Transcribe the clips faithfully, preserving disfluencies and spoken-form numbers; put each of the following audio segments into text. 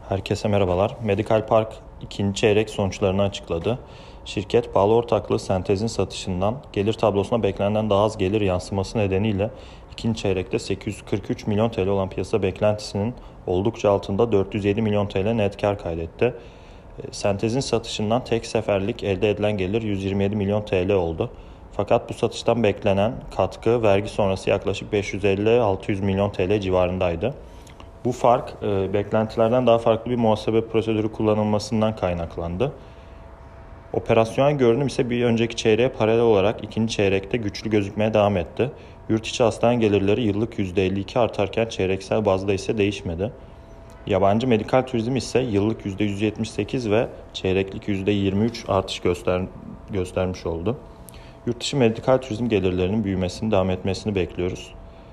Herkese merhabalar. Medical Park ikinci çeyrek sonuçlarını açıkladı. Şirket bağlı ortaklığı Sentez'in satışından gelir tablosuna beklenenden daha az gelir yansıması nedeniyle ikinci çeyrekte sekiz yüz kırk üç milyon T L olan piyasa beklentisinin oldukça altında dört yüz yedi milyon T L net kar kaydetti. Sentez'in satışından tek seferlik elde edilen gelir yüz yirmi yedi milyon T L oldu. Fakat bu satıştan beklenen katkı vergi sonrası yaklaşık beş yüz elli altı yüz milyon T L civarındaydı. Bu fark e, beklentilerden daha farklı bir muhasebe prosedürü kullanılmasından kaynaklandı. Operasyonel görünüm ise bir önceki çeyreğe paralel olarak ikinci çeyrekte güçlü gözükmeye devam etti. Yurt içi hastane gelirleri yıllık yüzde elli iki artarken çeyreksel bazda ise değişmedi. Yabancı medikal turizm ise yıllık yüzde yüz yetmiş sekiz ve çeyreklik yüzde yirmi üç artış göster göstermiş oldu. Yurt dışı medikal turizm gelirlerinin büyümesini devam etmesini bekliyoruz.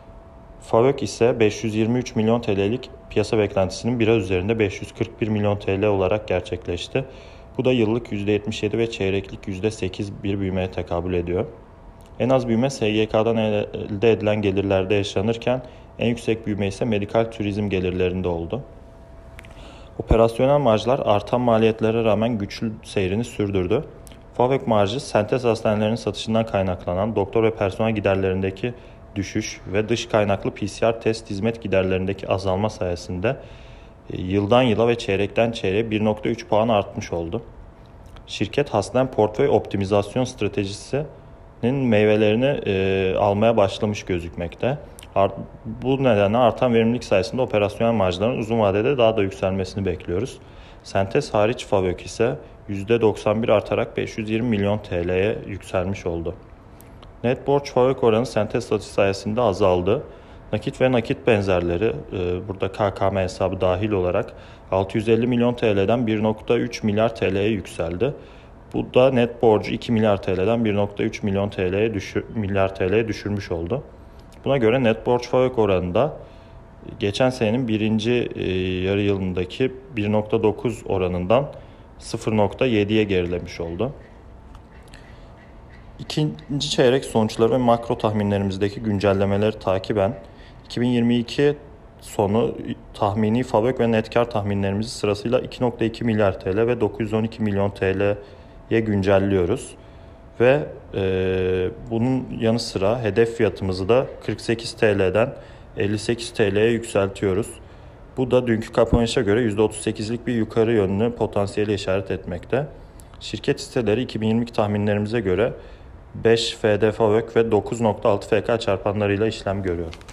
FAVÖK ise beş yüz yirmi üç milyon T L'lik piyasa beklentisinin biraz üzerinde beş yüz kırk bir milyon T L olarak gerçekleşti. Bu da yıllık yüzde yetmiş yedi ve çeyreklik yüzde sekiz bir büyümeye tekabül ediyor. En az büyüme S G K'dan elde edilen gelirlerde yaşanırken en yüksek büyüme ise medikal turizm gelirlerinde oldu. Operasyonel marjlar artan maliyetlere rağmen güçlü seyrini sürdürdü. FAVÖK marjı sentez hastanelerinin satışından kaynaklanan doktor ve personel giderlerindeki düşüş ve dış kaynaklı P C R test hizmet giderlerindeki azalma sayesinde yıldan yıla ve çeyrekten çeyreğe bir nokta üç puan artmış oldu. Şirket hastane portföy optimizasyon stratejisinin meyvelerini e, almaya başlamış gözükmekte. Art, bu nedenle artan verimlilik sayesinde operasyonel marjların uzun vadede daha da yükselmesini bekliyoruz. Sentez hariç FAVÖK ise yüzde doksan bir artarak beş yüz yirmi milyon T L'ye yükselmiş oldu. Net borç FAVÖK oranı sentez satışı sayesinde azaldı. Nakit ve nakit benzerleri burada K K M hesabı dahil olarak altı yüz elli milyon T L'den bir nokta üç milyar T L'ye yükseldi. Bu da net borcu iki milyar T L'den bir nokta üç milyon T L'ye düşür, milyar T L'ye düşürmüş oldu. Buna göre net borç FAVÖK oranında geçen senenin birinci yarı yılındaki bir nokta dokuz oranından sıfır nokta yediye gerilemiş oldu. İkinci çeyrek sonuçları ve makro tahminlerimizdeki güncellemeleri takiben iki bin yirmi iki sonu tahmini FAVÖK ve net kar tahminlerimizi sırasıyla iki nokta iki milyar T L ve dokuz yüz on iki milyon T L'ye güncelliyoruz. Ve e, bunun yanı sıra hedef fiyatımızı da kırk sekiz T L'den elli sekiz T L'ye yükseltiyoruz. Bu da dünkü kapanışa göre yüzde otuz sekizlik bir yukarı yönlü potansiyeli işaret etmekte. Şirket hisseleri iki bin yirmi iki tahminlerimize göre beş F D FAVÖK ve dokuz nokta altı F K çarpanlarıyla işlem görüyor.